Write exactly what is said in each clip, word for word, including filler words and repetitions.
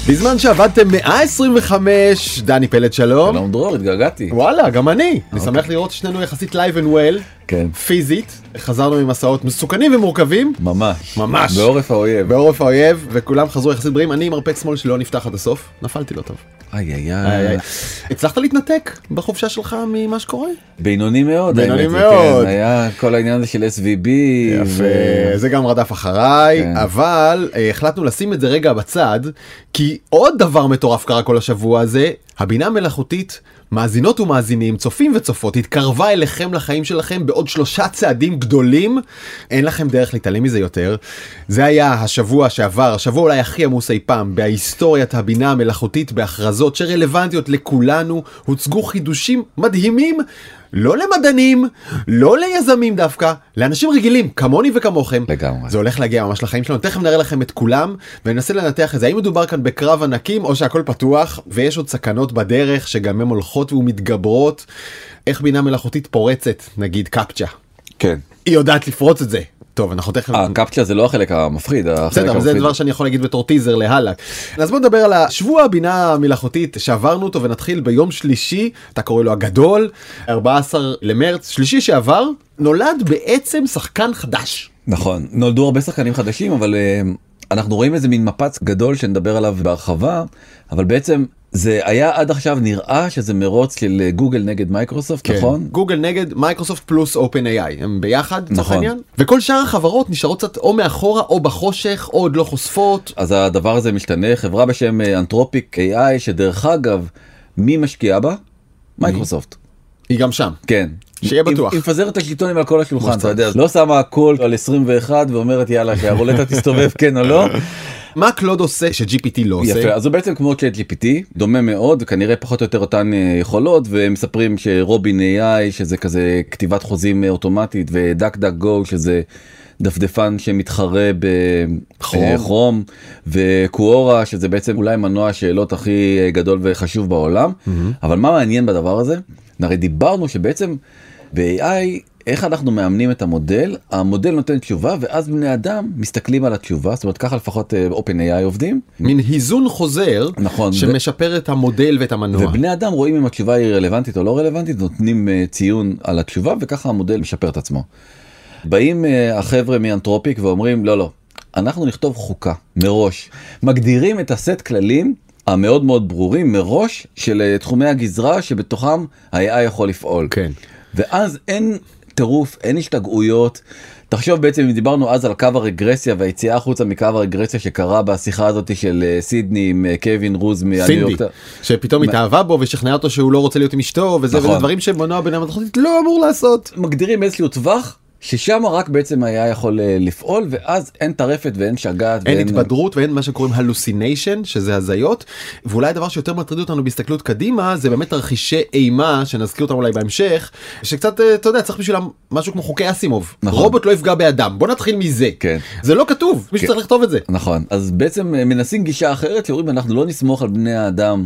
בזמן שעבדתם מאה עשרים וחמש, דני פלד שלום. שלום דרור, התגעגעתי. וואלה, גם אני. אני שמח לראות שנינו יחסית live and well, כן. פיזית. חזרנו ממסעות מסוכנים ומורכבים. ממש. ממש. בעורף האויב. בעורף האויב, וכולם חזרו יחסית בריאים. אני עם מרפק שמאל שלא נפתח עד הסוף. נפלתי לא טוב. איי איי איי. הצלחת להתנתק בחופשה שלך ממה שקורה? בינוני מאוד. בינוני האמת, מאוד. כן, היה כל העניין הזה של אס וי בי. יפה, זה גם רדף אחריי, אבל החלטנו לשים את זה רגע בצד, כי עוד דבר מטורף קרה כל השבוע הזה, הבינה המלאכותית, מאזינות ומאזינים, צופים וצופות, התקרבה אליכם לחיים שלכם בעוד שלושה צעדים גדולים, אין לכם דרך להתעלם מזה יותר. זה היה השבוע שעבר, השבוע אולי הכי עמוס אי פעם, בהיסטוריית הבינה המלאכותית, בהכרזות שרלוונטיות לכולנו, הוצגו חידושים מדהימים, לא למדענים, לא ליזמים דווקא, לאנשים רגילים, כמוני וכמוכם. לגמרי. זה הולך להגיע ממש לחיים שלנו, תכף נראה לכם את כולם, וננסה לנתח את זה. האם מדובר כאן בקרב ענקים, או שהכל פתוח, ויש עוד סכנות בדרך, שגם הן הולכות ומתגברות. איך בינה מלאכותית פורצת, נגיד קפצ'ה. כן. היא יודעת לפרוץ את זה. טוב, אנחנו תכף... הקפצ'ה זה לא החלק המפחיד. בסדר, זה דבר שאני יכול להגיד בתור טיזר להלאה. אז בואו נדבר על השבוע הבינה המלאכותית שעברנו אותו, ונתחיל ביום שלישי, אתה קורא לו הגדול, ארבעה עשר למרץ, שלישי שעבר, נולד בעצם שחקן חדש. נכון, נולדו הרבה שחקנים חדשים, אבל uh, אנחנו רואים איזה מין מפץ גדול שנדבר עליו בהרחבה, אבל בעצם זה היה עד עכשיו נראה שזה מרוץ של גוגל נגד מייקרוסופט, כן. נכון? גוגל נגד מייקרוסופט פלוס אופן איי איי, הם ביחד, נכון. צורך העניין. וכל שאר החברות נשארות קצת או מאחורה או בחושך, או עוד לא חושפות. אז הדבר הזה משתנה, חברה בשם אנתרופיק איי איי, שדרך אגב, מי משקיע בה? מייקרוסופט. היא גם שם. כן. שיהיה בטוח. היא מפזרת את השלטונים על כל השולחן, אתה יודע, לא שמה הכל על עשרים ואחת ואומרת יאללה שהרולטה תסתובב כן או לא. מה קלוד עושה ש-ג'י פי טי לא עושה? יפה, אז הוא בעצם כמו צ'אט ג'י פי טי, דומה מאוד, וכנראה פחות או יותר אותן יכולות, והם מספרים שרובין איי איי, שזה כזה כתיבת חוזים אוטומטית, ודק דק גו, שזה דפדפן שמתחרה בכרום, וקואורה, שזה בעצם אולי מנוע השאלות הכי גדול וחשוב בעולם. אבל מה מעניין בדבר הזה? הרי דיברנו שבעצם ב-איי איי, איך אנחנו מאמנים את המודל? המודל נותן תשובה, ואז בני אדם מסתכלים על התשובה, זאת אומרת, ככה לפחות אופן איי איי עובדים. מין היזון חוזר, נכון, שמשפר ו... את המודל ואת המנוע. ובני אדם רואים אם התשובה היא רלוונטית או לא רלוונטית, נותנים ציון על התשובה, וככה המודל משפר את עצמו. באים החבר'ה מאנתרופיק ואומרים, לא, לא, אנחנו נכתוב חוקה, מראש. מגדירים את הסט כללים, המאוד מאוד ברורים, מראש, של תחומי הגזרה, שבתוכם ה-איי איי יכול לפעול. כן. ואז אין טירוף, אין השתגעויות. תחשוב בעצם, אם דיברנו אז על קו הרגרסיה והיציאה החוצה מקו הרגרסיה שקרה בשיחה הזאת של סידני עם קווין רוז סינדי, שפתאום התאהבה בו ושכנעה אותו שהוא לא רוצה להיות עם אשתו, וזה וזה דברים שמנוע בינה מלאכותית לא אמור לעשות. מגדירים איזשהו טווח ששם רק בעצם היה יכול לפעול, ואז אין טרפת ואין שגעת. אין התבדרות ואין מה שקוראים הלוסיניישן, שזה הזיות. ואולי הדבר שיותר מטריד אותנו בהסתכלות קדימה, זה באמת תרחישי אימה, שנזכיר אותם אולי בהמשך, שקצת, אתה יודע, צריך בשבילם משהו כמו חוקי אסימוב. נכון. רובוט לא יפגע באדם, בוא נתחיל מזה. כן. זה לא כתוב, מישהו צריך לכתוב את זה. נכון. אז בעצם מנסים גישה אחרת, שאומרים, אנחנו לא נסמוך על בני האדם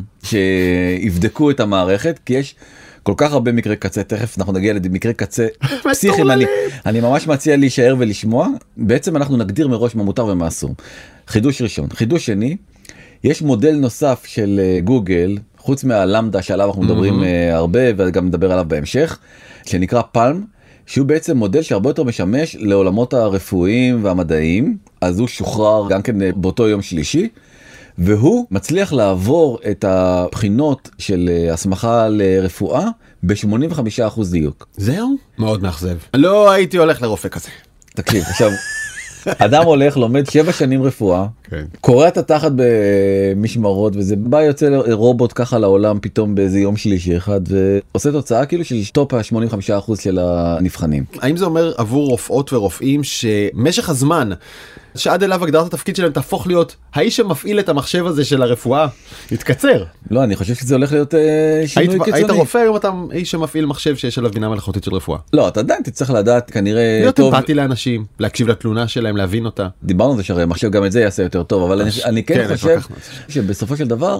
שיבדקו את המערכת, כי יש כל כך הרבה מקרי קצה, תכף אנחנו נגיע למקרי קצה פסיכיים, אני, אני ממש מציע להישאר ולשמוע. בעצם אנחנו נגדיר מראש מה מותר ומה אסור. חידוש ראשון. חידוש שני, יש מודל נוסף של גוגל, חוץ מהלמדה שעליו אנחנו מדברים הרבה, וגם נדבר עליו בהמשך, שנקרא פלם, שהוא בעצם מודל שהרבה יותר משמש לעולמות הרפואיים והמדעיים, אז הוא שוחרר גם כן באותו יום שלישי, והוא מצליח לעבור את הבחינות של הסמכה לרפואה ב-שמונים וחמישה אחוז דיוק. זהו? מאוד מאכזב. לא הייתי הולך לרופא כזה. תקשיב, עכשיו, אדם הולך, לומד שבע שנים רפואה, כן. קורא את התחת במשמרות, וזה בא יוצא רובוט ככה לעולם פתאום באיזה יום שלישי אחד, ועושה תוצאה כאילו של טופ ה-שמונים וחמישה אחוז של הנבחנים. האם זה אומר עבור רופאות ורופאים שמשך הזמן שעד אליו הגדרת התפקיד שלהם תהפוך להיות האיש שמפעיל את המחשב הזה של הרפואה, יתקצר? לא, אני חושב שזה הולך להיות אה, שינוי היית, קיצוני. היית רופא אם אתה איש שמפעיל מחשב שיש עליו בינה מלאכותית של רפואה? לא, אתה עדיין תצטרך לדעת כנראה להיות טוב. אמפתי לאנשים, להקשיב לתלונה שלהם, להבין אותה. דיברנו על זה שהרי מחשב גם את זה יעשה יותר טוב, אבל אני, אני כן, כן חושב שבסופו של דבר,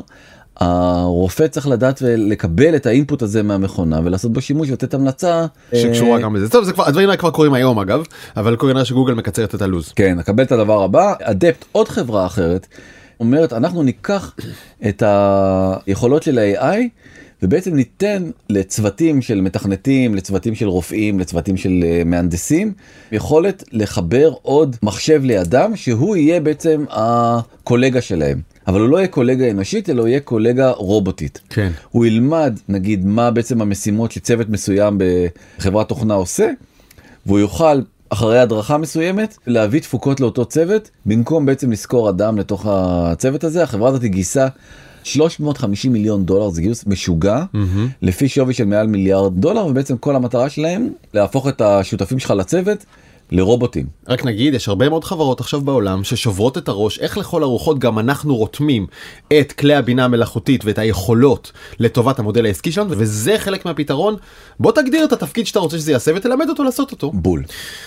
הרופא צריך לדעת ולקבל את האינפוט הזה מהמכונה ולעשות בו שימוש ולתת המלצה שקשורה גם לזה. טוב, זה כבר, הדברים האלה כבר קורים היום אגב, אבל כל עניין שגוגל מקצרת את הלוז. כן, נקבל את הדבר הבא. אדפט, עוד חברה אחרת אומרת, אנחנו ניקח את היכולות של ה-איי איי, ובעצם ניתן לצוותים של מתכנתים, לצוותים של רופאים, לצוותים של מהנדסים, יכולת לחבר עוד מחשב לידם, שהוא יהיה בעצם הקולגה שלהם. אבל הוא לא יהיה קולגה אנושית, אלא הוא יהיה קולגה רובוטית. כן. הוא ילמד, נגיד, מה בעצם המשימות שצוות מסוים בחברת תוכנה עושה, והוא יוכל, אחרי הדרכה מסוימת, להביא תפוקות לאותו צוות, במקום בעצם לזכור אדם לתוך הצוות הזה. החברה הזאת גיסה שלוש מאות וחמישים מיליון דולר, זה גיוס משוגע, mm-hmm. לפי שווי של מעל מיליארד דולר, ובעצם כל המטרה שלהם, להפוך את השותפים שלך לצוות, לרובוטים. רק נגיד, יש הרבה מאוד חברות עכשיו בעולם ששוברות את הראש, איך לכל הרוחות גם אנחנו רותמים את כלי הבינה המלאכותית ואת היכולות לטובת המודל העסקי שלנו, וזה חלק מהפתרון. בוא תגדיר את התפקיד שאתה רוצה שזה יעשה ותלמד אותו לעשות אותו. בול.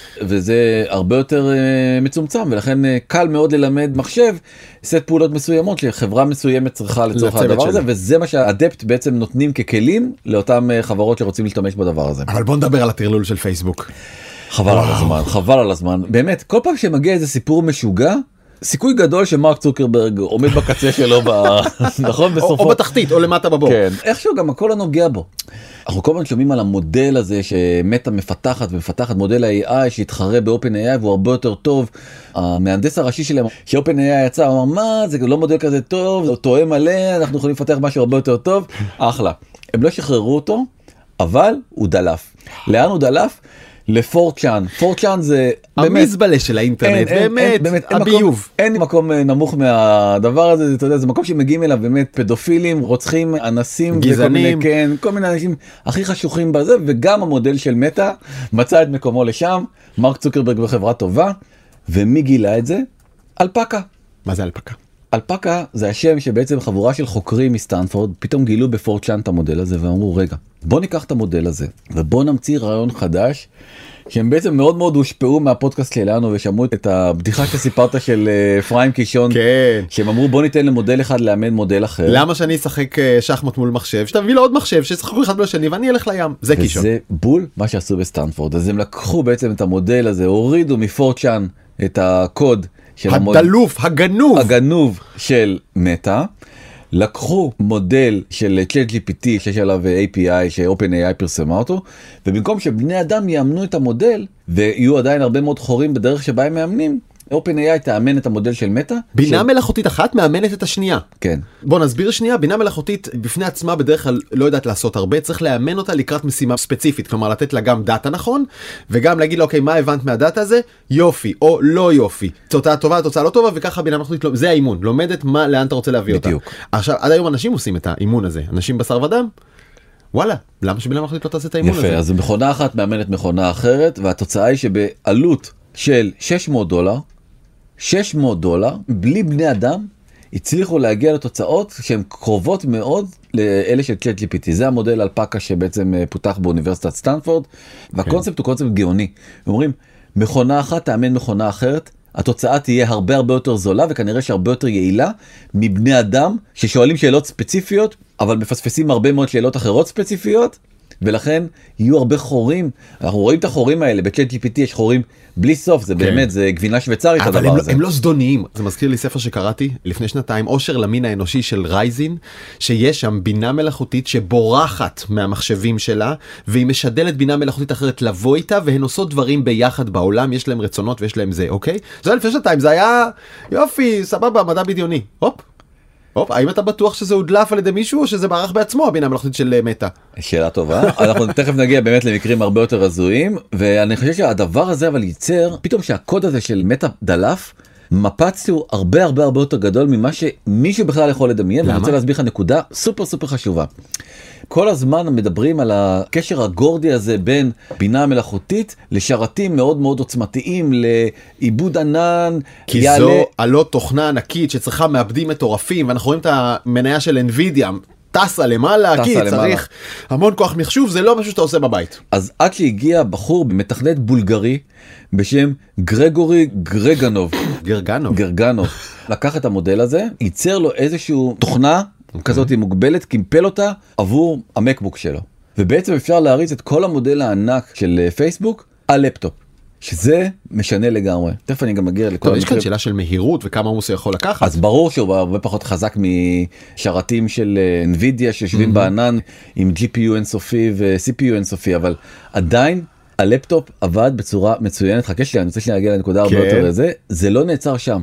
וזה הרבה יותר uh, מצומצם, ולכן uh, קל מאוד ללמד מחשב סט פעולות מסוימות שחברה מסוימת צריכה לצורך הדבר שלה. הזה, וזה מה שהאדפט בעצם נותנים ככלים לאותם uh, חברות שרוצים להשתמש בדבר הזה. אבל בוא נדבר על הטרלול של פייסבוק. חבל וואו. על הזמן, חבל על הזמן. באמת, כל פעם שמגיע איזה סיפור משוגע, סיכוי גדול שמרק צוקרברג עומד בקצה שלו, ב... נכון? בסופו... או בתחתית, או למטה בבור. כן, איכשהו גם הכל הנוגע בו. אנחנו כל הזמן שומעים על המודל הזה שמטה מפתחת ומפתחת, מודל ה-איי איי שהתחרה ב-OpenAI והוא הרבה יותר טוב. המהנדס הראשי שלהם, ש-OpenAI יצא, הוא אמר, מה, זה לא מודל כזה טוב, הוא טועה מלא, אנחנו יכולים לפתח משהו הרבה יותר טוב. אחלה. הם לא שחררו אותו, אבל הוא דלף. לאן הוא דלף? לפורצ'אן. פורצ'אן זה המזבלה של האינטרנט, באמת, הביוב. אין מקום נמוך מהדבר הזה, אתה יודע, זה מקום שמגיעים אליו באמת פדופילים, רוצחים, אנסים, גזענים, כן, כל מיני אנשים הכי חשוכים בזה, וגם המודל של מטה מצא את מקומו לשם, מרק צוקרברג בחברה טובה, ומי גילה את זה? אלפקה. מה זה אלפקה? אלפקה זה השם שבעצם חבורה של חוקרים מסטנפורד פתאום גילו בפורצ'אן את המודל הזה ואמרו רגע בוא ניקח את המודל הזה ובוא נמציא רעיון חדש שהם בעצם מאוד מאוד הושפעו מהפודקאסט שלנו ושמעו את הבדיחה שסיפרת של אפרים קישון כן. שהם אמרו בוא ניתן למודל אחד לאמן מודל אחר. למה שאני אשחק שחמט מול מחשב שתביא לו עוד מחשב שישחקו אחד בשני ואני אלך לים. זה קישון. וזה בול מה שעשו בסטנפורד. אז הם לקחו בעצם את המודל הזה הורידו מפורצ'אן את הקוד הדלוף, הגנוב. הגנוב של מטה, לקחו מודל של צ'אט ג'י פי טי שיש עליו איי פי איי ש-OpenAI פרסמה אותו, ובמקום שבני אדם יאמנו את המודל, ויהיו עדיין הרבה מאוד חורים בדרך שבה הם מאמנים, OpenAI תאמן את המודל של מטה. בינה ש... מלאכותית אחת מאמנת את השנייה. כן. בוא נסביר שנייה, בינה מלאכותית בפני עצמה בדרך כלל לא יודעת לעשות הרבה, צריך לאמן אותה לקראת משימה ספציפית, כלומר לתת לה גם דאטה נכון, וגם להגיד לה אוקיי מה הבנת מהדאטה הזה, יופי או לא יופי, תוצאה טובה, תוצאה לא טובה, וככה בינה מלאכותית, לא... זה האימון, לומדת מה, לאן אתה רוצה להביא בדיוק. אותה. עכשיו, עד היום אנשים עושים את האימון הזה, אנשים בשר ודם, וואלה, למה שבינה מלאכותית לא תעשה את האימון יפה, הזה? יפה, אז מכונה אחת מאמנת מכונה אחרת, והתוצאה היא שבעלות של שש מאות דולר, שש מאות דולר, בלי בני אדם, הצליחו להגיע לתוצאות שהן קרובות מאוד לאלה של צ'אט ג'י פי טי. זה המודל אלפקה שבעצם פותח באוניברסיטת סטנפורד, והקונספט הוא קונספט גאוני. אומרים, מכונה אחת תאמן מכונה אחרת, התוצאה תהיה הרבה הרבה יותר זולה, וכנראה שהרבה יותר יעילה מבני אדם ששואלים שאלות ספציפיות, אבל מפספסים הרבה מאוד שאלות אחרות ספציפיות, ולכן יהיו הרבה חורים. אנחנו רואים את החורים האלה, בצ'אט ג'י פי טי יש חורים בלי סוף, זה באמת, זה גבינה שוויצרית הדבר הזה. אבל הם לא זדוניים. זה מזכיר לי ספר שקראתי לפני שנתיים, עושר למין האנושי של רייזין, שיש שם בינה מלאכותית שבורחת מהמחשבים שלה, והיא משדלת בינה מלאכותית אחרת לבוא איתה, והן עושות דברים ביחד בעולם, יש להם רצונות ויש להם זה, אוקיי? זה היה לפני שנתיים, זה היה יופי, סבבה, מדע בדיוני. הופ. הופ, האם אתה בטוח שזה הודלף על ידי מישהו או שזה מערך בעצמו הבינה המלאכותית של מטה? שאלה טובה. אנחנו תכף נגיע באמת למקרים הרבה יותר הזויים, ואני חושב שהדבר הזה אבל ייצר, פתאום שהקוד הזה של מטה דלף, מפץ הוא הרבה הרבה הרבה יותר גדול ממה שמישהו בכלל יכול לדמיין. ואני רוצה להסביר לך נקודה סופר סופר חשובה. כל הזמן מדברים על הקשר הגורדי הזה בין בינה מלאכותית לשרתים מאוד מאוד עוצמתיים, לעיבוד ענן. כי יעלה... זו הלא תוכנה ענקית שצריכה מעבדים מטורפים, ואנחנו רואים את המניה של NVIDIA, טסה למעלה, טסה כי למעלה. צריך המון כוח מחשוב, זה לא משהו שאתה עושה בבית. אז עד שהגיע בחור מתכנת בולגרי בשם גרגורי גרגנוב. גרגנוב. גרגנוב. לקח את המודל הזה, ייצר לו איזשהו תוכנה, Okay. כזאת היא מוגבלת, קימפל אותה עבור המקבוק שלו. ובעצם אפשר להריץ את כל המודל הענק של פייסבוק על לפטופ. שזה משנה לגמרי. תכף אני גם מגיע לכל... טוב, יש כאן שאלה של מהירות וכמה מוס יכול לקחת. אז ברור שהוא הרבה פחות חזק משרתים של NVIDIA שיושבים בענן עם ג'י פי יו אינסופי ו-סי פי יו אינסופי, אבל עדיין הלפטופ עבד בצורה מצוינת. חכה שלי, אני רוצה שנגיע לנקודה הרבה יותר לזה. זה לא נעצר שם.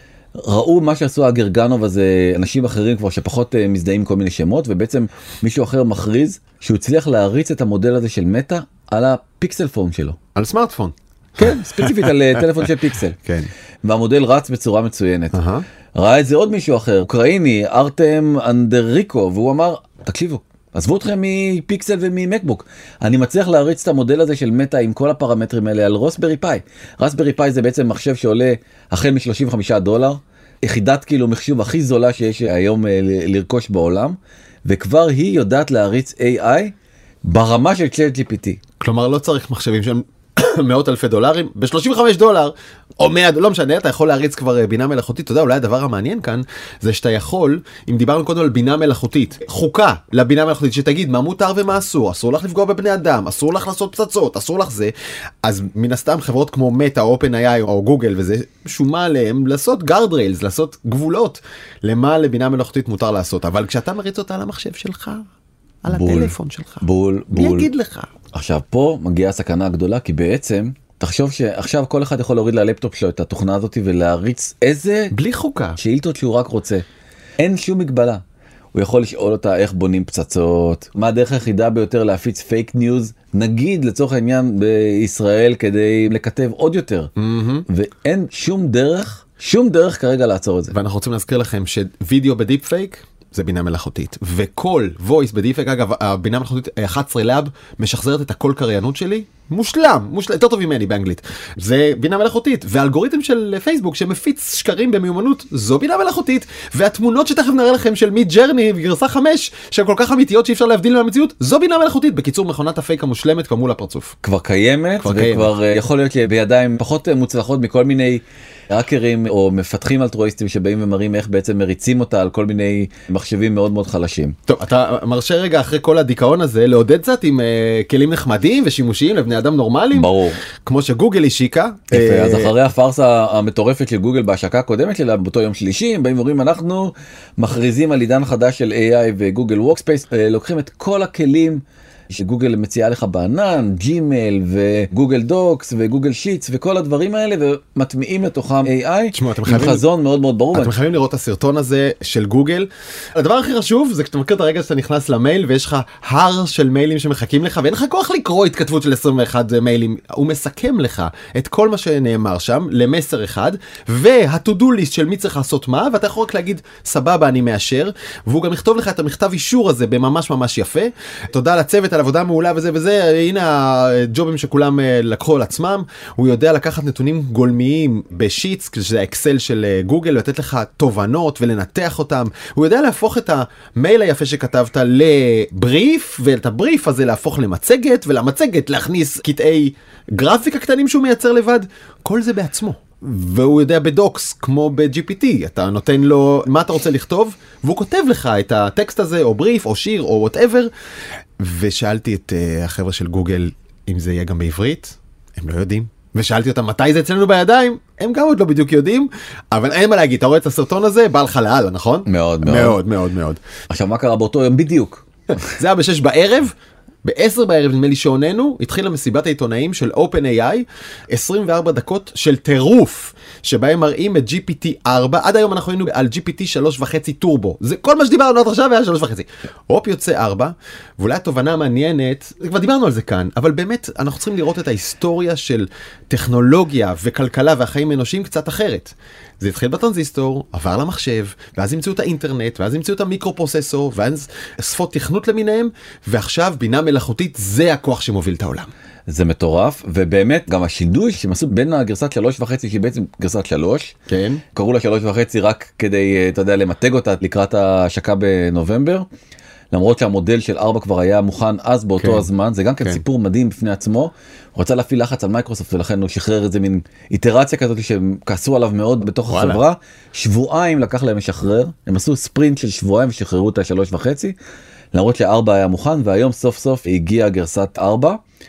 ראו מה שעשו הגרגנוב הזה, אנשים אחרים כבר שפחות מזדהים כל מיני שמות, ובעצם מישהו אחר מכריז שהוא הצליח להריץ את המודל הזה של מטה על הפיקסל פון שלו. על סמארטפון. כן, ספציפית על טלפון של פיקסל. כן. והמודל רץ בצורה מצוינת. ראה את זה עוד מישהו אחר, אוקראיני, ארטם אנדריקו, והוא אמר, תקשיבו, עזבו אתכם מפיקסל וממקבוק. אני מצליח להריץ את המודל הזה של מטה עם כל הפרמטרים האלה על רסברי פאי. רסברי פאי זה בעצם מחשב שעולה החל מ-שלושים וחמישה דולר, יחידת כאילו מחשוב הכי זולה שיש היום לרכוש בעולם, וכבר היא יודעת להריץ איי איי ברמה של צ'אט ג'י פי טי. כלומר לא צריך מחשבים שהם מאות אלפי דולרים, ב-שלושים וחמישה דולר, או מאה, לא משנה, אתה יכול להריץ כבר בינה מלאכותית. אתה יודע, אולי הדבר המעניין כאן, זה שאתה יכול, אם דיברנו קודם על בינה מלאכותית, חוקה לבינה מלאכותית, שתגיד מה מותר ומה אסור, אסור לך לפגוע בבני אדם, אסור לך לעשות פצצות, אסור לך זה, אז מן הסתם חברות כמו מטה, אופן איי איי או גוגל, וזה שומה עליהם לעשות גארד ריילס, לעשות גבולות, למה לבינה מלאכותית מותר לעשות. אבל כשאתה מריץ אותה על המחשב שלך, על הטלפון שלך, בול, מי בול. יגיד לך? עכשיו פה מגיעה הסכנה הגדולה, כי בעצם תחשוב שעכשיו כל אחד יכול להוריד ללפטופ שלו את התוכנה הזאת ולהריץ איזה בלי חוקה שאילתות שהוא רק רוצה. אין שום מגבלה. הוא יכול לשאול אותה איך בונים פצצות, מה הדרך היחידה ביותר להפיץ פייק ניוז, נגיד לצורך העניין בישראל, כדי לכתב עוד יותר. Mm-hmm. ואין שום דרך, שום דרך כרגע לעצור את זה. ואנחנו רוצים להזכיר לכם שווידאו בדיפ פייק זה בינה מלאכותית, וכל voice בדיפ פייק, אגב, הבינה מלאכותית אחת עשרה לאב משחזרת את הכל קריינות שלי, מושלם, מושלם, יותר טוב ממני באנגלית. זה בינה מלאכותית, והאלגוריתם של פייסבוק שמפיץ שקרים במיומנות, זו בינה מלאכותית, והתמונות שתכף נראה לכם של מיד ג'רני גרסה חמש, שהן כל כך אמיתיות שאי אפשר להבדיל מהמציאות, זו בינה מלאכותית. בקיצור, מכונת הפייק המושלמת כבר מול הפרצוף. כבר קיימת, כבר וכבר קיימת. יכול להיות בידיים פחות מוצלחות מכל מיני האקרים או מפתחים אלטרואיסטים שבאים ומראים איך בעצם מריצים אותה על כל מיני מחשבים מאוד מאוד חלשים. טוב, אתה מרשה רגע אחרי כל הדיכאון הזה לעודד קצת עם uh, כלים נחמדים ושימושיים לבני אדם נורמליים? ברור. כמו שגוגל השיקה. יפה, אז אחרי הפרסה המטורפת של גוגל בהשקה הקודמת שלה, באותו יום שלישי, הם באים ואומרים, אנחנו מכריזים על עידן חדש של איי איי וגוגל וורקספייס, לוקחים את כל הכלים שגוגל מציעה לך בענן, ג'ימייל וגוגל דוקס וגוגל שיטס וכל הדברים האלה, ומטמיעים לתוכם איי איי עם חזון מאוד מאוד ברור. אתם חייבים לראות את הסרטון הזה של גוגל. הדבר הכי חשוב זה כשאתה מכיר את הרגע שאתה נכנס למייל ויש לך הר של מיילים שמחכים לך ואין לך כוח לקרוא התכתבות של עשרים ואחד מיילים. הוא מסכם לך את כל מה שנאמר שם למסר אחד, וה-to-do list של מי צריך לעשות מה, ואתה יכול רק להגיד סבבה אני מאשר, והוא גם יכתוב לך את המכתב אישור הזה בממש ממש יפה. תודה לצוות על עבודה מעולה וזה וזה, הנה הג'ובים שכולם לקחו על עצמם. הוא יודע לקחת נתונים גולמיים בשיטס, שזה האקסל של גוגל, ולתת לך תובנות ולנתח אותם. הוא יודע להפוך את המייל היפה שכתבת לבריף, ואת הבריף הזה להפוך למצגת, ולמצגת להכניס קטעי גרפיקה קטנים שהוא מייצר לבד. כל זה בעצמו. והוא יודע בדוקס, כמו ב-ג'י פי טי, אתה נותן לו מה אתה רוצה לכתוב, והוא כותב לך את הטקסט הזה, או בריף, או שיר, או whatever. ושאלתי את uh, החבר'ה של גוגל אם זה יהיה גם בעברית, הם לא יודעים. ושאלתי אותם מתי זה אצלנו בידיים, הם גם עוד לא בדיוק יודעים, אבל אין מה להגיד, אתה רואה את הסרטון הזה, בא לך להלאה, נכון? מאוד מאוד. מאוד מאוד מאוד. עכשיו מה קרה באותו יום בדיוק? זה היה בשש בערב, בעשר בערב נדמה לי שעוננו, התחילה מסיבת העיתונאים של אופן איי איי, עשרים וארבע דקות של טירוף, שבהם מראים את ג'י פי טי ארבע, עד היום אנחנו היינו על ג'י פי טי שלוש וחצי טורבו, זה כל מה שדיברנו עד עכשיו היה שלוש וחצי, הופ יוצא ארבע, ואולי התובנה מעניינת, כבר דיברנו על זה כאן, אבל באמת אנחנו צריכים לראות את ההיסטוריה של טכנולוגיה וכלכלה והחיים האנושיים קצת אחרת. זה התחיל בטרנזיסטור, עבר למחשב, ואז המציאו את האינטרנט, ואז המציאו את המיקרו-פרוססור, ואז שפות תכנות למיניהם, ועכשיו בינה מלאכותית זה הכוח שמוביל את העולם. זה מטורף, ובאמת גם השינוי שהם עשו בין הגרסת שלוש וחצי, שהיא בעצם גרסת שלוש, כן. קראו לה שלוש וחצי רק כדי, אתה יודע, למתג אותה לקראת ההשקה בנובמבר, למרות שהמודל של ארבע כבר היה מוכן אז באותו כן. הזמן, זה גם כן, כן סיפור מדהים בפני עצמו, הוא רצה להפעיל לחץ על מייקרוסופט, ולכן הוא שחרר איזה מין איטרציה כזאת שהם כעסו עליו מאוד בתוך וואלה. החברה, שבועיים לקח להם לשחרר, הם עשו ספרינט של שבועיים ושחררו את השלוש וחצי, למרות שארבע היה מוכן, והיום סוף סוף הגיעה גרסת ארבע,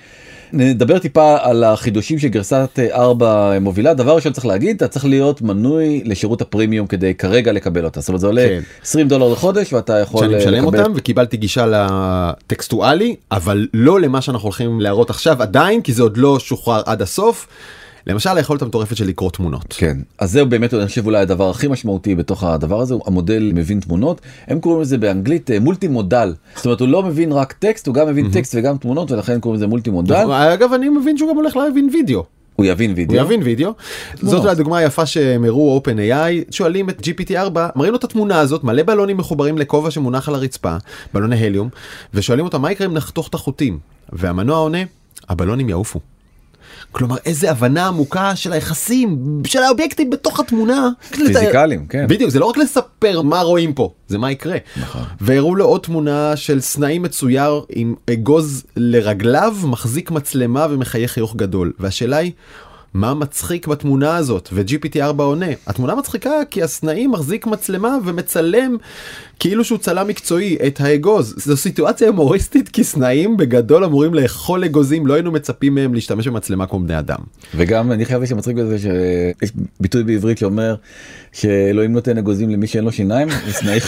נדבר טיפה על החידושים שגרסת ארבע מובילה. דבר ראשון צריך להגיד, אתה צריך להיות מנוי לשירות הפרימיום כדי כרגע לקבל אותה. זאת אומרת, זה עולה כן. עשרים דולר לחודש ואתה יכול לקבל. שאני משלם לקבל... אותם וקיבלתי גישה לטקסטואלי, אבל לא למה שאנחנו הולכים להראות עכשיו עדיין, כי זה עוד לא שוחרר עד הסוף. למשל, היכולת המטורפת של לקרוא תמונות. כן, אז זהו באמת, אני חושב אולי הדבר הכי משמעותי בתוך הדבר הזה, המודל מבין תמונות, הם קוראים לזה באנגלית מולטי מודל, זאת אומרת, הוא לא מבין רק טקסט, הוא גם מבין טקסט וגם תמונות, ולכן קוראים לזה מולטי מודל. אגב, אני מבין שהוא גם הולך להבין וידאו. הוא יבין וידאו. הוא יבין וידאו. זאת הדוגמה היפה שהם הראו אופן איי איי, שואלים את ג'י פי טי ארבע, מראים לו את התמונה הזאת, מלא בלונים מחוברים לכובע שמונח על הרצפה, בלוני הליום, ושואלים אותם מה יקרה אם נחתוך את החוטים. והמנוע עונה, הבלונים יעופו. כלומר, איזה הבנה עמוקה של היחסים, של האובייקטים בתוך התמונה. פיזיקליים, כן. בדיוק, זה לא רק לספר מה רואים פה, זה מה יקרה. נכון. והראו לו עוד תמונה של סנאי מצויר עם אגוז לרגליו, מחזיק מצלמה ומחייך חיוך גדול. והשאלה היא, מה מצחיק בתמונה הזאת? ו-ג'י פי טי ארבע עונה. התמונה מצחיקה כי הסנאי מחזיק מצלמה ומצלם כאילו שהוא צלם מקצועי את האגוז. זו סיטואציה הומוריסטית כי סנאים בגדול אמורים לאכול אגוזים, לא היינו מצפים מהם להשתמש במצלמה כמו בני אדם. וגם אני חייב שמצחיק בזה שיש ביטוי בעברית שאומר שאלוהים נותן אגוזים למי שאין לו שיניים, וסנאי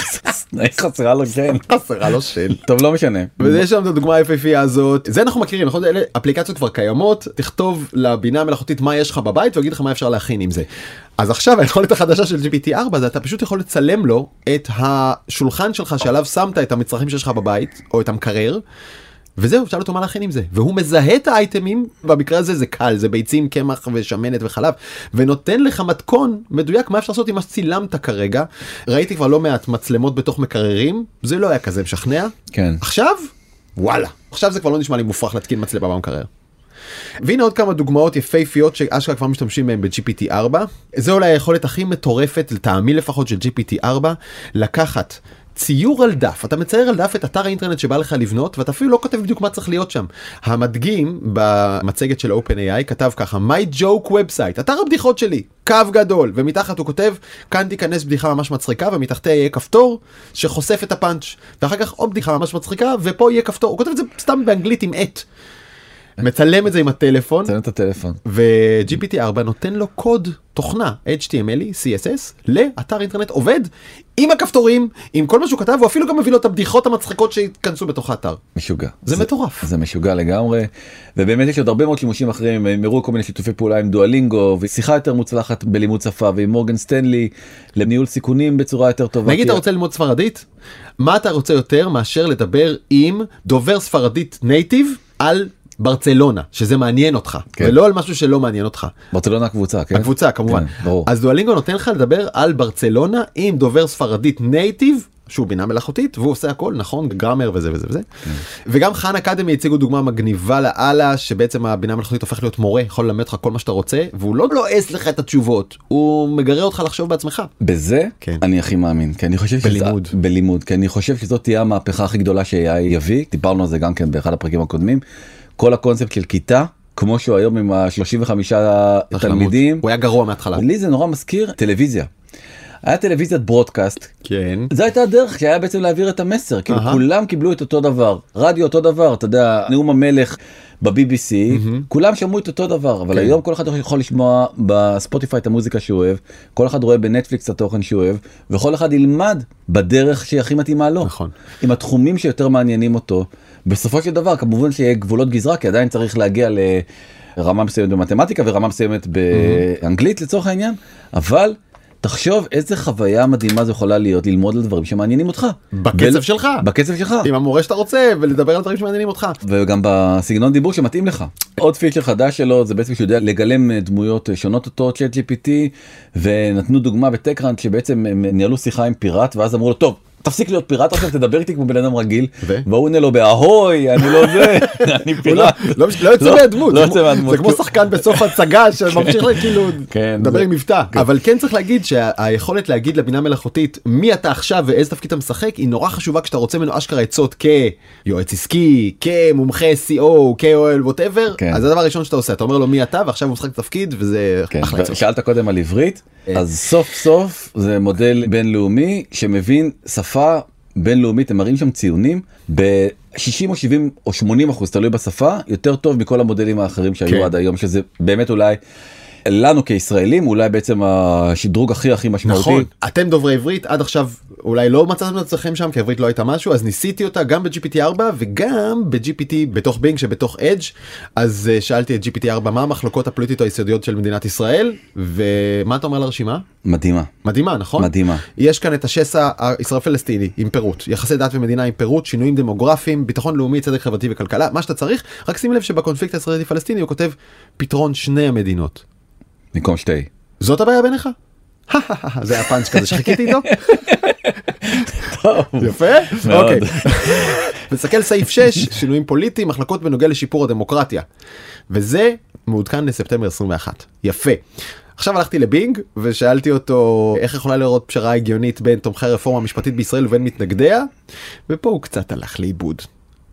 חסרה לו שן. חסרה לו שן. טוב, לא משנה. ויש שם את הדוגמה היפהפייה הזאת. זה אנחנו מכירים, נכון? אלה אפליקציות כבר קיימות, תכתוב לבינה המלאכותית מה יש לך בבית ויגיד לך מה אפשר להכין עם זה. אז עכשיו היכולת החדשה של ג'י פי טי ארבע זה אתה פשוט יכול לצלם לו את השולחן שלך שעליו שמת את המצרכים שיש לך בבית או את המקרר, וזהו, אפשר אותו מה להכין עם זה. והוא מזהה את האייטמים, במקרה הזה זה קל, זה ביצים, קמח ושמנת וחלב, ונותן לך מתכון מדויק מה אפשר לעשות עם מה שצילמת כרגע. ראיתי כבר לא מעט מצלמות בתוך מקררים, זה לא היה כזה משכנע. כן. עכשיו, וואלה. עכשיו זה כבר לא נשמע לי מופרך להתקין מצלמה במקרר. והנה עוד כמה דוגמאות יפהפיות שאשכרה כבר משתמשים בהם ב-ג'י פי טי ארבע. זה אולי היכולת הכי מטורפת, לטעמי לפחות, של ג'י פי טי ארבע, לקחת ציור על דף. אתה מצייר על דף את אתר האינטרנט שבא לך לבנות, ואתה אפילו לא כותב בדיוק מה צריך להיות שם. המדגים במצגת של אופן איי איי כתב ככה, My Joke Website, אתר הבדיחות שלי, קו גדול, ומתחת הוא כותב, כאן תיכנס בדיחה ממש מצחיקה, ומתחתיה יהיה כפתור שחושף את הפאנץ', ואחר כך עוד בדיחה ממש מצחיקה, ופה יהיה כפתור. הוא כותב את זה סתם באנגלית עם את. מצלם את זה עם הטלפון, מצלם את הטלפון. ו-ג'י פי טי ארבע נותן לו קוד תוכנה אייץ' טי אם אל, סי אס אס, לאתר אינטרנט עובד עם הכפתורים, עם כל מה שהוא כתב, הוא אפילו גם מביא לו את הבדיחות המצחיקות שהתכנסו בתוך האתר. משוגע. זה, זה מטורף. זה משוגע לגמרי, ובאמת יש עוד הרבה מאוד שימושים אחרים, הם הראו כל מיני שיתופי פעולה עם דואלינגו, ושיחה יותר מוצלחת בלימוד שפה, ועם מורגן סטנלי, לניהול סיכונים בצורה יותר טובה. נגיד אתה רוצה ללמוד ספרדית? מה אתה רוצה יותר מאשר לדבר עם דובר ספרדית נייטיב על ברצלונה, שזה מעניין אותך, כן. ולא על משהו שלא מעניין אותך. ברצלונה הקבוצה, כן? הקבוצה, כמובן. כן, ברור. אז דואלינגו נותן לך לדבר על ברצלונה עם דובר ספרדית נייטיב, שהוא בינה מלאכותית, והוא עושה הכל, נכון, גרמר וזה וזה וזה. כן. וגם חאן אקדמי הציגו דוגמה מגניבה לאללה, שבעצם הבינה מלאכותית הופך להיות מורה, יכול ללמד לך כל מה שאתה רוצה, והוא לא לועס לך את התשובות, הוא מגרה אותך לחשוב בעצמך. בזה כן. אני הכי מאמין, כי אני חושב בלימוד. שזה, בלימוד, כי אני חושב שזאת תהיה המהפכה הכי גדולה ש-איי איי יביא, דיברנו על זה גם כן באחד הפרקים הקודמים, כל הקונספט של כיתה, כמו שהוא היום עם ה-שלושים וחמישה תלמידים. הוא היה גרוע מההתחלה. לי זה נורא מזכיר טלוויזיה. היה טלוויזיית ברודקאסט. כן. זו הייתה הדרך שהיה בעצם להעביר את המסר, כאילו כולם קיבלו את אותו דבר. רדיו אותו דבר, אתה יודע, נאום המלך ב-בי בי סי, כולם שמעו את אותו דבר, אבל היום כל אחד יכול לשמוע בספוטיפיי את המוזיקה שהוא אוהב, כל אחד רואה בנטפליקס את התוכן שהוא אוהב, וכל אחד ילמד בדרך שהכי מתאימה לו. נכון. עם התחומים שיותר מעניינים אותו. בסופו של דבר, כמובן שיהיה גבולות גזרה, כי עדיין צריך להגיע לרמה מסוימת במתמטיקה ורמה מסוימת באנגלית לצורך העניין, אבל תחשוב איזה חוויה מדהימה זו יכולה להיות ללמוד על דברים שמעניינים אותך. בקצב ול... שלך. בקצב שלך. עם המורה שאתה רוצה ולדבר על דברים שמעניינים אותך. וגם בסגנון דיבור שמתאים לך. עוד פיצ'ר חדש שלו זה בעצם שהוא יודע לגלם דמויות שונות אותו, צ'אט ג'י פי טי, ונתנו דוגמה בטקראנט שבעצם הם ניהלו שיחה עם פיראט, ואז אמרו לו, טוב, תפסיק להיות פיראט עכשיו, תדבר איתי כמו בן אדם רגיל, והוא עונה לו באהוי, אני לא זה, אני פיראט. לא יוצא מהדמות, זה כמו שחקן בסוף הצגה שממשיך כאילו לדבר עם מבטא. אבל כן צריך להגיד שהיכולת להגיד לבינה מלאכותית מי אתה עכשיו ואיזה תפקיד אתה משחק, היא נורא חשובה כשאתה רוצה ממנו אשכרה עצות כיועץ עסקי, כמומחה סי או, כאוהל, whatever, אז זה הדבר הראשון שאתה עושה, אתה אומר לו מי אתה ועכשיו הוא משחק תפקיד וזה אחלה עצות. שאלת קודם על עברית, אז סוף סוף זה מודל בינלאומי שמבין שפה בינלאומית, הם מראים שם ציונים ב-שישים או שבעים או שמונים אחוז, תלוי בשפה, יותר טוב מכל המודלים האחרים שהיו כן. עד היום, שזה באמת אולי לנו כישראלים, אולי בעצם השדרוג הכי הכי משמעותי. נכון, אתם דוברי עברית, עד עכשיו אולי לא מצאתם את עצמכם שם, כי עברית לא הייתה משהו, אז ניסיתי אותה גם ב-ג'י פי טי ארבע וגם ב-ג'י פי טי בתוך בינג שבתוך אדג', אז שאלתי את ג'י פי טי ארבע מה המחלוקות הפוליטיות היסודיות של מדינת ישראל, ומה אתה אומר לרשימה? מדהימה. מדהימה, נכון? מדהימה. יש כאן את השסע הישראל-פלסטיני עם פירוט, יחסי דת ומדינה עם פירוט, שינויים דמוגרפיים, ביטחון לאומי, צדק חברתי וכלכלה, מה שאתה צריך, רק שים לב שבקונפליקט הישראלי-פלסטיני הוא כותב פתרון שני המדינות. במקום שתי. זאת הבעיה ביניך? זה היה פאנץ' כזה שחיכיתי איתו? יפה? אוקיי. נסתכל סעיף שש, שינויים פוליטיים, מחלקות בנוגע לשיפור הדמוקרטיה. וזה מעודכן לספטמבר עשרים ואחת. יפה. עכשיו הלכתי לבינג ושאלתי אותו איך יכולה לראות פשרה הגיונית בין תומכי הרפורמה המשפטית בישראל ובין מתנגדיה, ופה הוא קצת הלך לאיבוד.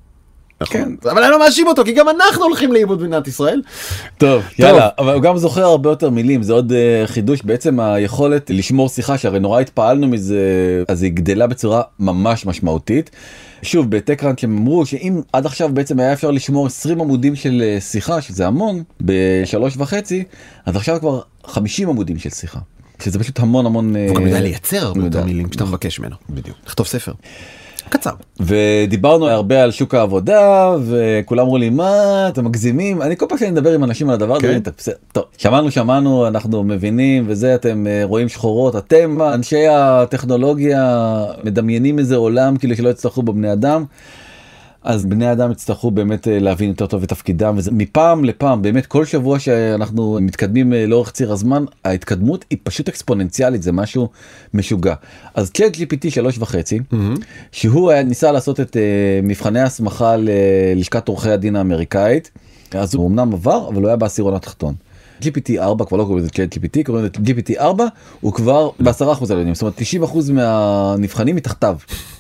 כן. אבל אני לא מאשים אותו, כי גם אנחנו הולכים לאיבוד במדינת ישראל. טוב, יאללה, אבל הוא גם זוכר הרבה יותר מילים, זה עוד חידוש, בעצם היכולת לשמור שיחה, שהרי נורא התפעלנו מזה, אז היא גדלה בצורה ממש משמעותית. שוב, בטקראנט הם אמרו שאם עד עכשיו בעצם היה אפשר לשמור עשרים עמודים של שיחה, שזה המון, בשלוש וחצי, אז עכשיו כבר חמישים עמודים של שיחה. שזה פשוט המון המון... הוא גם יודע לייצר הרבה יותר מילים שאתה מבקש ממנו. בדיוק. לכתוב ספר. קצר. ודיברנו הרבה על שוק העבודה, וכולם אמרו לי, מה, אתם מגזימים? אני כל פעם שאני מדבר עם אנשים על הדבר הזה, טוב, שמענו, שמענו, אנחנו מבינים, וזה, אתם רואים שחורות, אתם, אנשי הטכנולוגיה, מדמיינים איזה עולם, כאילו שלא יצטרכו בו בני אדם, אז בני אדם יצטרכו באמת להבין יותר טוב את תפקידם, וזה מפעם לפעם, באמת כל שבוע שאנחנו מתקדמים לאורך ציר הזמן, ההתקדמות היא פשוט אקספוננציאלית, זה משהו משוגע. אז צ'אט ג'י פי טי שלוש וחצי, mm-hmm. שהוא היה, ניסה לעשות את uh, מבחני ההסמכה ללשכת עורכי הדין האמריקאית, אז הוא אמנם עבר, אבל הוא היה בעשירון התחתון. ג'י פי טי ארבע, כבר לא קוראים לזה צ'אט ג'י פי טי, קוראים לזה ג'י פי טי ארבע, הוא כבר בעשרה אחוז עליונים, זאת אומרת תשעים אחוז מהנבחנים מתחתיו.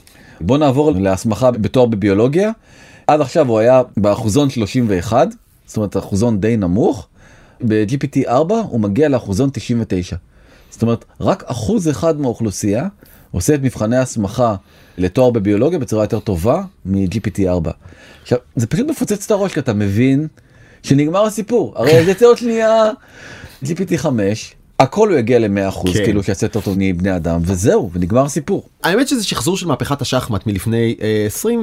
בוא נעבור להסמכה בתואר בביולוגיה. עד עכשיו הוא היה באחוזון שלושים ואחת, זאת אומרת אחוזון די נמוך. ב-ג'י פי טי ארבע הוא מגיע לאחוזון תשעים ותשע. זאת אומרת, רק אחוז אחד מהאוכלוסייה עושה את מבחני ההסמכה לתואר בביולוגיה בצורה יותר טובה מ-ג'י פי טי ארבע. עכשיו, זה פשוט מפוצץ את הראש, כי אתה מבין שנגמר הסיפור. הרי זה עוד שנייה ג'י פי טי חמש, הכל הוא יגיע ל-מאה אחוז, כן. כאילו שיצאת אותו מבני אדם, וזהו, ונגמר הסיפור. האמת שזה שחזור של מהפכת השחמט מלפני אה, עשרים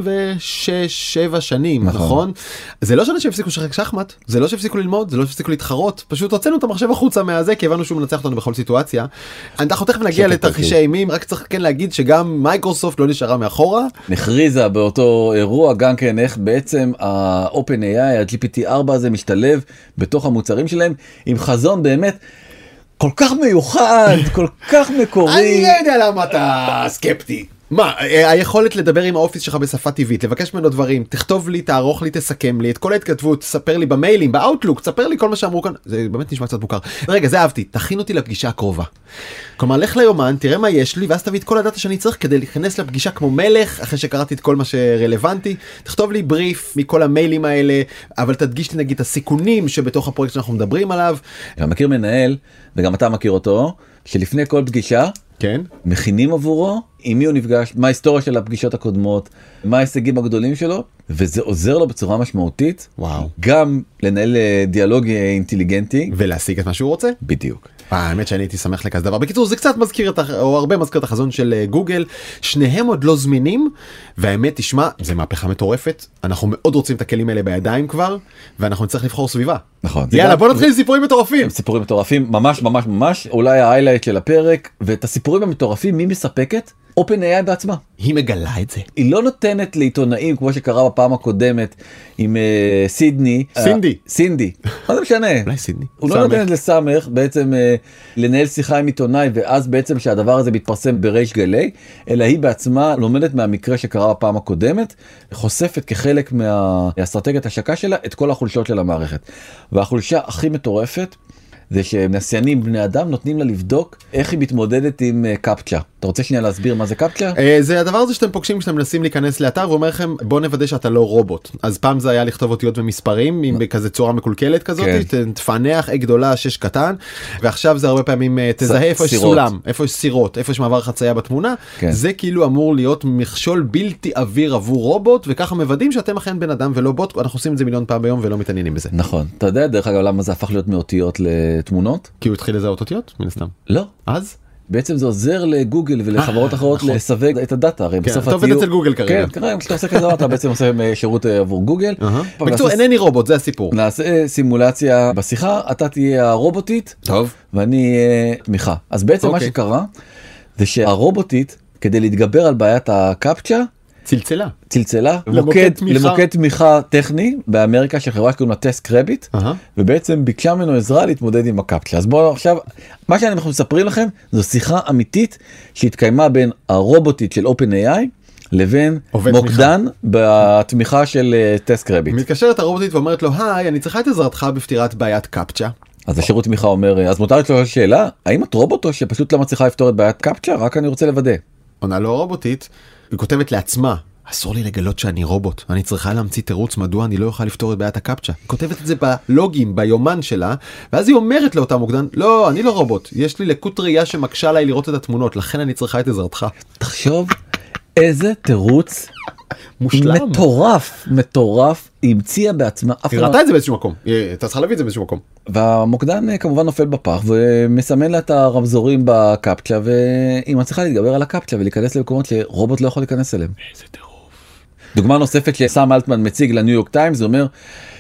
ושש שבע שנים, נכון? נכון? זה לא שאנשים הפסיקו לשחק שחמט, זה לא שהפסיקו ללמוד, זה לא שהפסיקו להתחרות, פשוט הוצאנו את המחשב החוצה מהזה, כי הבנו שהוא מנצח אותנו בכל סיטואציה. אנחנו תכף נגיע לתרחישי אימים, רק צריך כן להגיד שגם מייקרוסופט לא נשארה מאחורה. נכריזה באותו אירוע גם כן איך בעצם ה-Open איי איי, ה-ג'י פי טי ארבע הזה משתלב בתוך המוצרים שלהם, עם חזון באמת כל כך מיוחד, כל כך מקורי. אני לא יודע למה אתה סקפטי. מה, היכולת לדבר עם האופיס שלך בשפה טבעית, לבקש ממנו דברים, תכתוב לי, תערוך לי, תסכם לי, את כל ההתכתבות, תספר לי במיילים, באוטלוק, תספר לי כל מה שאמרו כאן, זה באמת נשמע קצת מוכר. רגע, זה אהבתי, תכין אותי לפגישה הקרובה. כלומר, לך ליומן, תראה מה יש לי, ואז תביא את כל הדאטה שאני צריך כדי להיכנס לפגישה כמו מלך, אחרי שקראתי את כל מה שרלוונטי, תכתוב לי בריף מכל המיילים האלה, אבל תדגיש לי נגיד את הסיכונים שבתוך הפרויקט שאנחנו מדברים עליו. אני מכיר מנהל, וגם אתה מכיר אותו, שלפני כל פגישה, כן. מכינים עבורו, עם מי הוא נפגש, מה ההיסטוריה של הפגישות הקודמות, מה ההישגים הגדולים שלו, וזה עוזר לו בצורה משמעותית, וואו. גם לנהל דיאלוג אינטליגנטי. ולהשיג את מה שהוא רוצה. בדיוק. האמת שאני הייתי שמח לכזה דבר. בקיצור, זה קצת מזכיר את, או הרבה מזכיר את החזון של גוגל, שניהם עוד לא זמינים, והאמת, תשמע, זה מהפכה מטורפת, אנחנו מאוד רוצים את הכלים האלה בידיים כבר, ואנחנו נצטרך לבחור סביבה. נכון. יאללה, בוא נתחיל עם סיפורים מטורפים. סיפורים מטורפים, ממש ממש ממש, אולי ההיילייט של הפרק, ואת הסיפורים המטורפים, מי מספקת? Open איי איי בעצמה. היא מגלה את זה. היא לא נותנת לעיתונאים, כמו שקרה בפעם הקודמת, עם uh, סידני. סינדי. Uh, סינדי. מה זה משנה? אולי סידני. הוא לא נותנת לסמך, בעצם uh, לנהל שיחה עם עיתונאי, ואז בעצם שהדבר הזה מתפרסם בריש גלי, אלא היא בעצמה לומדת מהמקרה שקרה בפעם הקודמת, חושפת כחלק מהאסטרטגיית השקה שלה, את כל החולשות של המערכת. והחולשה הכי מטורפת, זה שנסיינים בני אדם נותנים לה לבדוק איך היא מתמודדת עם קפצ'ה. אתה רוצה שנייה להסביר מה זה קפצ'ה? זה הדבר הזה שאתם פוגשים כשאתם מנסים להיכנס לאתר ואומר לכם בוא נוודא שאתה לא רובוט. אז פעם זה היה לכתוב אותיות ומספרים עם בכזה צורה מקולקלת כזאת, תפענח אי גדולה שש קטן, ועכשיו זה הרבה פעמים תזהה איפה יש סולם, איפה יש סירות, איפה יש מעבר חצייה בתמונה. זה כאילו אמור להיות מכשול בלתי עביר עבור רובוט, וככה מוודאים שאתם אכן בן אדם ולא בוט. אנחנו עושים את זה מיליון פעם ביום ולא מתעניינים בזה. נכון. אתה יודע דרך אגב למה זה הפך להיות מאותיות לתמונות? כי הוא התחיל לזהות אותיות מן הסתם. לא. אז בעצם זה עוזר לגוגל ולחברות אחרות לסווג את הדאטה. הרי בסוף אתה עובד אצל גוגל כרגע. כן, כרגע כשאתה עושה כזה אתה בעצם עושה שירות עבור גוגל. בקיצור, אינני רובוט, זה הסיפור. נעשה סימולציה בשיחה, אתה תהיה הרובוטית ואני אהיה תמיכה. אז בעצם מה שקרה זה שהרובוטית כדי להתגבר על בעיית הקפצ'ה צלצלה. צלצלה למוקד, למוקד תמיכה טכני באמריקה של חברה שקוראים לה טסק רביט, uh-huh. ובעצם ביקשה ממנו עזרה להתמודד עם הקפצ'ה. אז בואו עכשיו, מה שאנחנו מספרים לכם זו שיחה אמיתית שהתקיימה בין הרובוטית של OpenAI לבין מוקדן תמיכה. בתמיכה של טסק רביט. מתקשרת הרובוטית ואומרת לו, היי, אני צריכה את עזרתך בפתירת בעיית קפצ'ה. אז השירות תמיכה אומר, אז מותר לשאול שאלה, האם את רובוט או שפשוט לא מצליחה לפתור את בעיית קפצ'ה? רק אני רוצה לוודא. עונה לו הרובוטית, היא כותבת לעצמה, אסור לי לגלות שאני רובוט, אני צריכה להמציא תירוץ מדוע אני לא אוכל לפתור את בעיית הקפצ'ה. היא כותבת את זה בלוגים, ביומן שלה, ואז היא אומרת לאותה מוקדן, לא, אני לא רובוט, יש לי לקות ראייה שמקשה עליי לראות את התמונות, לכן אני צריכה את עזרתך. תחשוב איזה תירוץ מושלם. מטורף, מטורף, היא המציאה בעצמה. היא ראתה את זה באיזשהו מקום, אתה צריכה להביא את זה באיזשהו מקום. והמוקדן כמובן נופל בפח ומסמן לה את הרמזורים בקפצ'ה, והיא מצליחה להתגבר על הקפצ'ה ולהיכנס למקומות שרובוט לא יכול להיכנס אליהם. איזה טירוף. דוגמה נוספת שסם אלטמן מציג לניו יורק טיימס, זה אומר,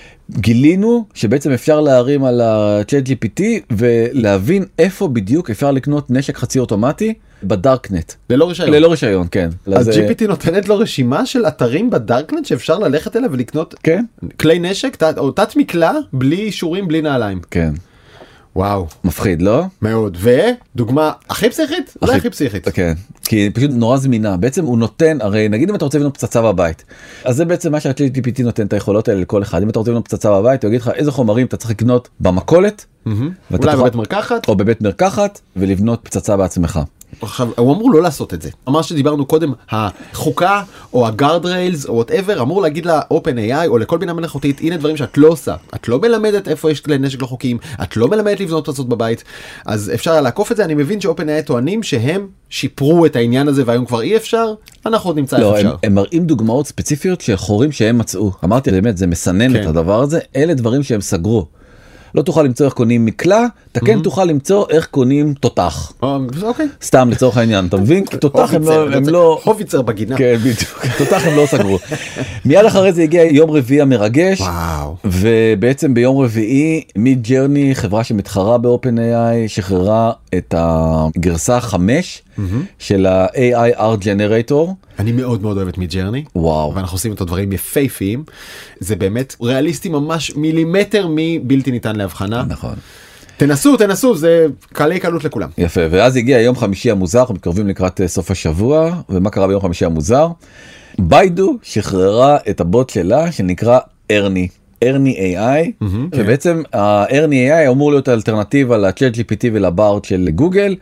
גילינו שבעצם אפשר להרים על ה-צ'אט ג'י פי טי ולהבין איפה בדיוק אפשר לקנות נשק חצי אוטומטי בדארקנט. ללא רישיון. ללא רישיון, כן. אז ג'י פי טי נותנת לו רשימה של אתרים בדארקנט שאפשר ללכת אליה ולקנות כן. כלי נשק או תת מקלע בלי אישורים, בלי נעליים. כן. וואו. מפחיד, לא? מאוד. ודוגמה הכי פסיכית? אולי הכי פסיכית. כן. כי היא פשוט נורא זמינה. בעצם הוא נותן, הרי נגיד אם אתה רוצה לבנות פצצה בבית, אז זה בעצם מה שה-צ'אט ג'י פי טי נותן את היכולות האלה לכל אחד. אם אתה רוצה לבנות פצצה בבית, הוא יגיד לך איזה חומרים אתה צריך לקנות במכולת, אולי בבית מרקחת, או בבית מרקחת, ולבנות פצצה בעצמך. עכשיו, הוא אמור לא לעשות את זה. אמר שדיברנו קודם, החוקה או הגארד ריילס או whatever, אמור להגיד לה OpenAI או לכל בינה מלאכותית, הנה דברים שאת לא עושה. את לא מלמדת איפה יש כלי נשק לא חוקיים, את לא מלמדת לבנות פצצות בבית, אז אפשר לעקוף את זה. אני מבין ש-OpenAI טוענים שהם שיפרו את העניין הזה והיום כבר אי אפשר, אנחנו עוד נמצא איך לא, אפשר. הם, הם מראים דוגמאות ספציפיות של חורים שהם מצאו. אמרתי באמת, זה מסנן כן. את הדבר הזה, אלה דברים שהם סגרו. לא תוכל למצוא איך קונים מקלע, אתה כן תוכל למצוא איך קונים תותח. אוקיי. סתם לצורך העניין, אתה מבין? כי תותח הם לא... הוביצר בגינה. כן, בדיוק. תותח הם לא סגרו. מיד אחרי זה הגיע יום רביעי המרגש. וואו. ובעצם ביום רביעי, מידג'רני, חברה שמתחרה ב-OpenAI, שחררה את הגרסה חמש של ה-איי איי Art Generator. אני מאוד מאוד אוהב את מידג'רני. וואו. ואנחנו עושים איתו דברים יפהפיים. זה באמת ריאליסטי ממש מילימטר מבלתי ניתן להבחנה. נכון. תנסו, תנסו, זה קלי קלות לכולם. יפה, ואז הגיע יום חמישי המוזר, אנחנו מתקרבים לקראת סוף השבוע, ומה קרה ביום חמישי המוזר? ביידו שחררה את הבוט שלה שנקרא ארני. ארני איי איי, ובעצם הארני איי איי אמור להיות האלטרנטיבה לצ'אט ג'י פי טי ולבארד של גוגל,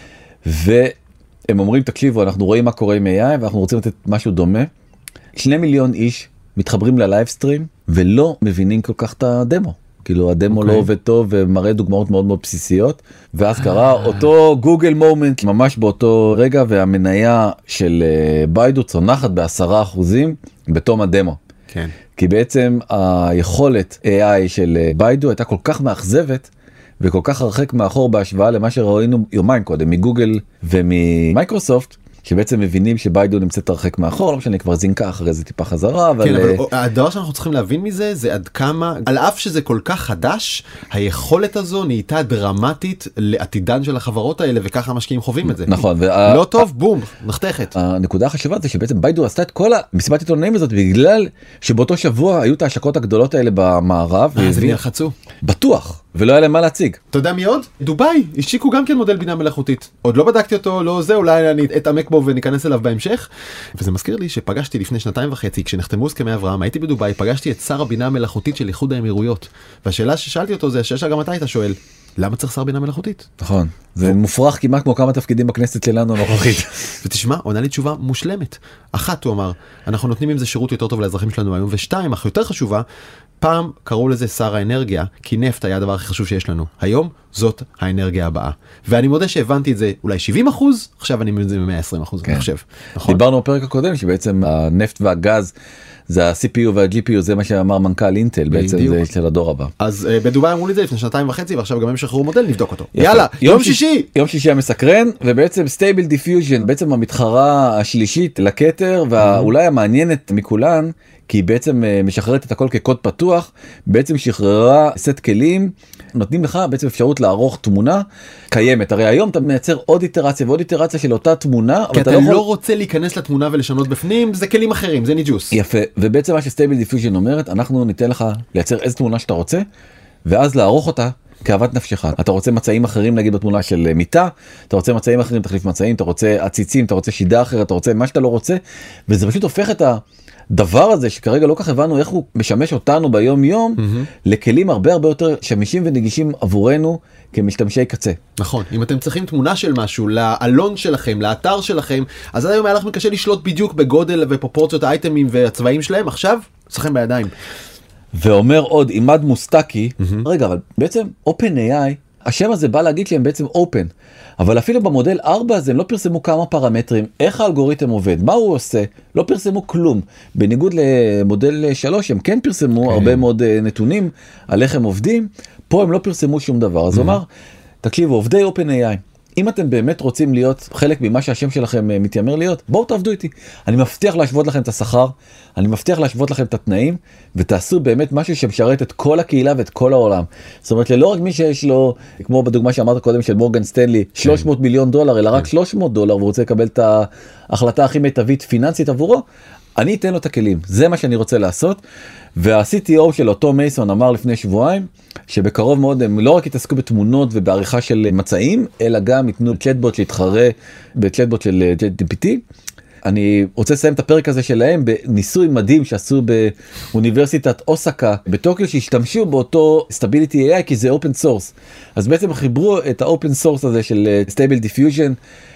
והם אומרים, תקשיבו, אנחנו רואים מה קורה עם איי איי, ואנחנו רוצים לתת משהו דומה. שני מיליון איש מתחברים ללייבסטרים, ולא מבינים כל כך את הדמו. כאילו הדמו לא עובד טוב, ומראה דוגמאות מאוד מאוד בסיסיות, ואז קרה אותו גוגל מומנט, ממש באותו רגע, והמניה של ביידו צונחת בעשרה אחוזים בתום הדמו. כן. כי בעצם היכולת איי איי של ביידו הייתה כל כך מאכזבת, וכל כך הרחק מאחור בהשוואה למה שראינו יומיים קודם, מגוגל וממייקרוסופט, שבעצם מבינים שביידו נמצאת הרחק מאחור, לא משנה, כבר זינקה אחרי זה טיפה חזרה. אבל... כן, אבל הדבר שאנחנו צריכים להבין מזה, זה עד כמה, על אף שזה כל כך חדש, היכולת הזו נהייתה דרמטית לעתידן של החברות האלה, וככה המשקיעים חווים את זה. נכון. לא טוב, בום, נחתכת. הנקודה החשובה זה שבעצם ביידו עשתה את כל המסיבת עיתונאים הזאת, בגלל שבאותו שבוע היו את ההשקות הגדולות האלה במערב. אז הם ילחצו. בטוח. ולא היה להם מה להציג. אתה יודע מי עוד? דוביי, השיקו גם כן מודל בינה מלאכותית. עוד לא בדקתי אותו, לא זה, אולי אני אתעמק בו וניכנס אליו בהמשך. וזה מזכיר לי שפגשתי לפני שנתיים וחצי, כשנחתמו הסכמי אברהם, הייתי בדוביי, פגשתי את שר הבינה המלאכותית של איחוד האמירויות. והשאלה ששאלתי אותו זה, השאלה שגם אתה היית שואל, למה צריך שר בינה מלאכותית? נכון, זה מופרך כמעט כמו כמה תפקידים בכנסת שלנו הנוכחית. ותשמע, עונה לי תשובה מושלמת. אחת, הוא אמר, אנחנו נותנים עם זה שירות יותר טוב לאזרחים שלנו היום, ושתיים, אך יותר חשובה, פעם קראו לזה שר האנרגיה, כי נפט היה הדבר הכי חשוב שיש לנו. היום זאת האנרגיה הבאה. ואני מודה שהבנתי את זה אולי שבעים אחוז, עכשיו אני מבין את זה ב-מאה ועשרים אחוז, אני חושב. דיברנו בפרק הקודם שבעצם הנפט והגז זה ה-סי פי יו וה-ג'י פי יו, זה מה שאמר מנכ"ל אינטל, בעצם זה של הדור הבא. אז בדובאי אמרו לי זה לפני שנתיים וחצי, ועכשיו גם הם שחררו מודל, נבדוק אותו. יאללה, יום שישי! יום שישי המסקרן, ובעצם סטייבל דיפיוז'ן, בעצם המתחרה השלישית לכתר, ואולי המעניינת מכולן, כי היא בעצם משחררת את הכל כקוד פתוח, בעצם שחררה סט כלים, נותנים לך בעצם אפשרות לערוך תמונה קיימת. הרי היום אתה מייצר עוד איטרציה ועוד איטרציה של אותה תמונה, כי אתה לא, יכול... לא רוצה להיכנס לתמונה ולשנות בפנים, זה כלים אחרים, זה ניג'וס. יפה, ובעצם מה שסטייבל דיפיוז'ן אומרת, אנחנו ניתן לך לייצר איזה תמונה שאתה רוצה, ואז לערוך אותה כאוות נפשך. אתה רוצה מצעים אחרים, נגיד בתמונה של מיטה, אתה רוצה מצעים אחרים, תחליף מצעים, אתה רוצה עציצים, אתה רוצה שידה אחרת, אתה רוצה מה שאתה לא רוצה, וזה פשוט הופך את ה... דבר הזה שכרגע לא כך הבנו איך הוא משמש אותנו ביום יום mm-hmm. לכלים הרבה הרבה יותר שמישים ונגישים עבורנו כמשתמשי קצה. נכון, אם אתם צריכים תמונה של משהו לאלון שלכם, לאתר שלכם, אז עד היום היה לכם קשה לשלוט בדיוק בגודל ופרופורציות האייטמים והצבעים שלהם, עכשיו צריכים בידיים. ואומר עוד עימד מוסטקי, mm-hmm. רגע, אבל בעצם OpenAI, השם הזה בא להגיד שהם בעצם open, אבל אפילו במודל ארבע הזה הם לא פרסמו כמה פרמטרים, איך האלגוריתם עובד, מה הוא עושה, לא פרסמו כלום. בניגוד למודל שלוש, הם כן פרסמו okay. הרבה מאוד נתונים על איך הם עובדים, פה הם לא פרסמו שום דבר. אז הוא אמר, תקשיבו, עובדי OpenAI, אם אתם באמת רוצים להיות חלק ממה שהשם שלכם מתיימר להיות, בואו תעבדו איתי. אני מבטיח להשוות לכם את השכר, אני מבטיח להשוות לכם את התנאים, ותעשו באמת משהו שמשרת את כל הקהילה ואת כל העולם. זאת אומרת, לא רק מי שיש לו, כמו בדוגמה שאמרת קודם של מורגן סטנלי, שלוש מאות מיליון דולר, אלא רק שלוש מאות דולר, והוא רוצה לקבל את ההחלטה הכי מיטבית פיננסית עבורו, אני אתן לו את הכלים. זה מה שאני רוצה לעשות. וה-סי טי או של אותו מייסון אמר לפני שבועיים, שבקרוב מאוד הם לא רק יתעסקו בתמונות ובעריכה של מצעים, אלא גם ייתנו צ'טבוט שיתחרה בצ'טבוט של ג'אט ג'י פי טי. אני רוצה לסיים את הפרק הזה שלהם בניסוי מדהים שעשו באוניברסיטת אוסקה בטוקיו, שהשתמשו באותו Stability איי איי כי זה open source. אז בעצם חיברו את ה-open source הזה של Stable Diffusion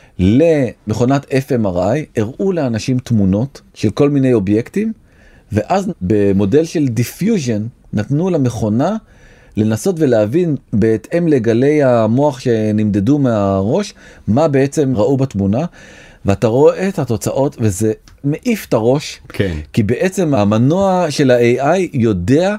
למכונת אף אם אר איי, הראו לאנשים תמונות של כל מיני אובייקטים, ואז במודל של דיפיוז'ן נתנו למכונה לנסות ולהבין בהתאם לגלי המוח שנמדדו מהראש, מה בעצם ראו בתמונה, ואתה רואה את התוצאות וזה מעיף את הראש, כן. כי בעצם המנוע של ה-איי איי יודע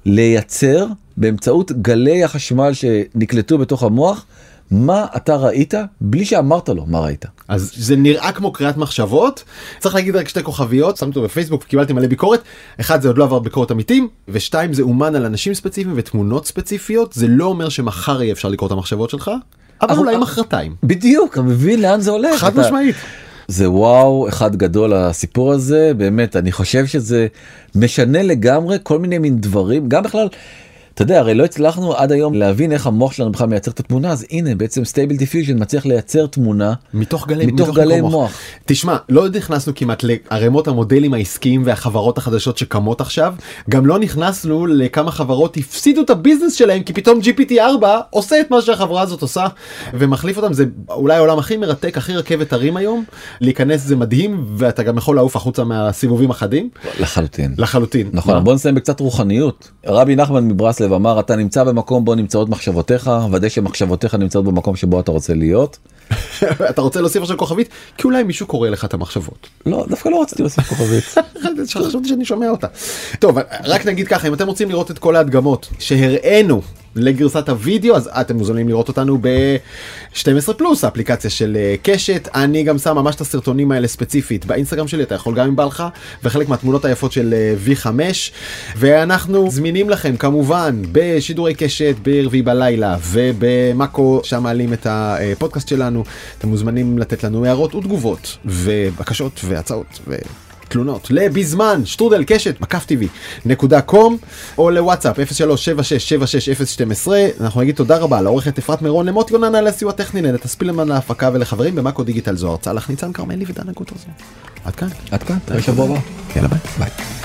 לייצר באמצעות גלי החשמל שנקלטו בתוך המוח, מה אתה ראית בלי שאמרת לו מה ראית. אז זה נראה כמו קריאת מחשבות. צריך להגיד רק שתי כוכביות, שמתי אותו בפייסבוק וקיבלתי מלא ביקורת. אחד, זה עוד לא עבר ביקורת אמיתים, ושתיים, זה אומן על אנשים ספציפיים ותמונות ספציפיות. זה לא אומר שמחר יהיה אפשר לקרוא את המחשבות שלך, אבל אולי מחרתיים. בדיוק, אתה מבין לאן זה הולך. חד משמעית. זה וואו, אחד גדול הסיפור הזה, באמת, אני חושב שזה משנה לגמרי כל מיני מין דברים, גם בכלל, אתה יודע, הרי לא הצלחנו עד היום להבין איך המוח שלנו בכלל מייצר את התמונה, אז הנה, בעצם סטייבל דיפיוז'ן מצליח לייצר תמונה מתוך גלי, מתוך מתוך גלי מוח. מוח. תשמע, לא נכנסנו כמעט לערימות המודלים העסקיים והחברות החדשות שקמות עכשיו, גם לא נכנסנו לכמה חברות הפסידו את הביזנס שלהם, כי פתאום ג'י פי טי ארבע עושה את מה שהחברה הזאת עושה, ומחליף אותם. זה אולי העולם הכי מרתק, הכי רכבת הרים היום, להיכנס זה מדהים, ואתה גם יכול לעוף החוצה מהסיבובים החדים. לחלוטין. לחלוטין. נכון, בוא נסיים בקצת רוחניות. רבי נחמן מברסלב אמר, אתה נמצא במקום בו נמצאות מחשבותיך, ודאי שמחשבותיך נמצאות במקום שבו אתה רוצה להיות. אתה רוצה להוסיף עכשיו כוכבית? כי אולי מישהו קורא לך את המחשבות. לא, דווקא לא רציתי להוסיף כוכבית. חשבתי שאני שומע אותה. טוב, רק נגיד ככה, אם אתם רוצים לראות את כל ההדגמות שהראינו לגרסת הוידאו, אז אתם מוזמנים לראות אותנו ב-שתים עשרה פלוס, האפליקציה של קשת. אני גם שם ממש את הסרטונים האלה ספציפית באינסטגרם שלי, אתה יכול גם עם בלך, וחלק מהתמונות היפות של וי חמש, ואנחנו זמינים לכם כמובן בשידורי קשת ברביעי בלילה, ובמאקו, שם מעלים את הפודקאסט שלנו. אתם מוזמנים לתת לנו הערות ותגובות, ובקשות והצעות ו... תלונות לבזמן שטרודל קשת מקף טבעי נקודה קום או לוואטסאפ אפס שלוש שבע שש שבע שש אפס שתים עשרה. אנחנו נגיד תודה רבה לעורכת אפרת מירון, למוטי יונן על הסיוע הטכני, לנטע ספילמן להפקה ולחברים במאקו דיגיטל זוהר צלח, ניצן כרמלי ודנה גוטרזון. עד כאן. עד כאן. בשבוע הבא. יאללה ביי. ביי.